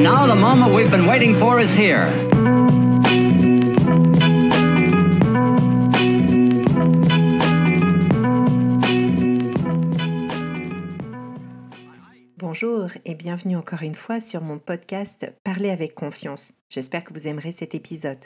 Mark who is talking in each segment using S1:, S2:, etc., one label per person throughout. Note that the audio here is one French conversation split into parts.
S1: now the moment we've been waiting for is here.
S2: Bonjour et bienvenue encore une fois sur mon podcast Parler avec confiance. J'espère que vous aimerez cet épisode.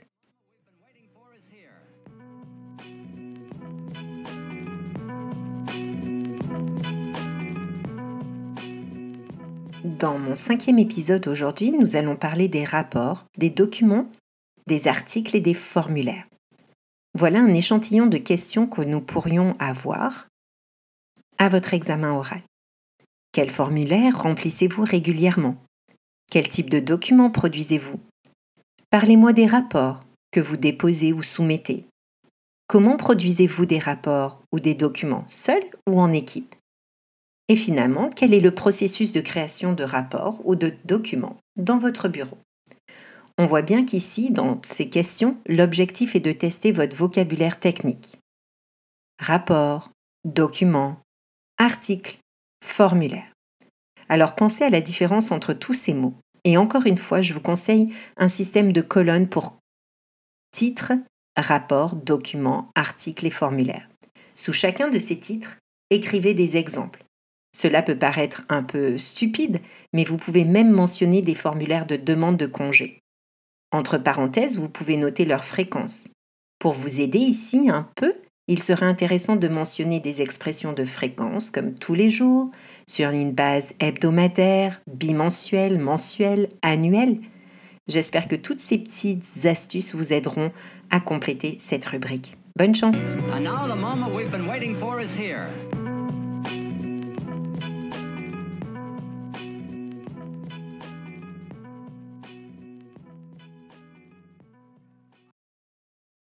S2: Dans mon 5e épisode aujourd'hui, nous allons parler des rapports, des documents, des articles et des formulaires. Voilà un échantillon de questions que nous pourrions avoir à votre examen oral. Quels formulaires remplissez-vous régulièrement? Quel type de documents produisez-vous? Parlez-moi des rapports que vous déposez ou soumettez. Comment produisez-vous des rapports ou des documents, seuls ou en équipe? Et finalement, quel est le processus de création de rapports ou de documents dans votre bureau? On voit bien qu'ici, dans ces questions, l'objectif est de tester votre vocabulaire technique. Rapport, document, article, formulaire. Alors pensez à la différence entre tous ces mots. Et encore une fois, je vous conseille un système de colonnes pour titre, rapport, document, article et formulaire. Sous chacun de ces titres, écrivez des exemples. Cela peut paraître un peu stupide, mais vous pouvez même mentionner des formulaires de demande de congé. Entre parenthèses, vous pouvez noter leur fréquence. Pour vous aider ici un peu, il serait intéressant de mentionner des expressions de fréquence comme tous les jours, sur une base hebdomadaire, bimensuelle, mensuelle, annuelle. J'espère que toutes ces petites astuces vous aideront à compléter cette rubrique. Bonne chance!
S1: And now the moment we've been waiting for is here.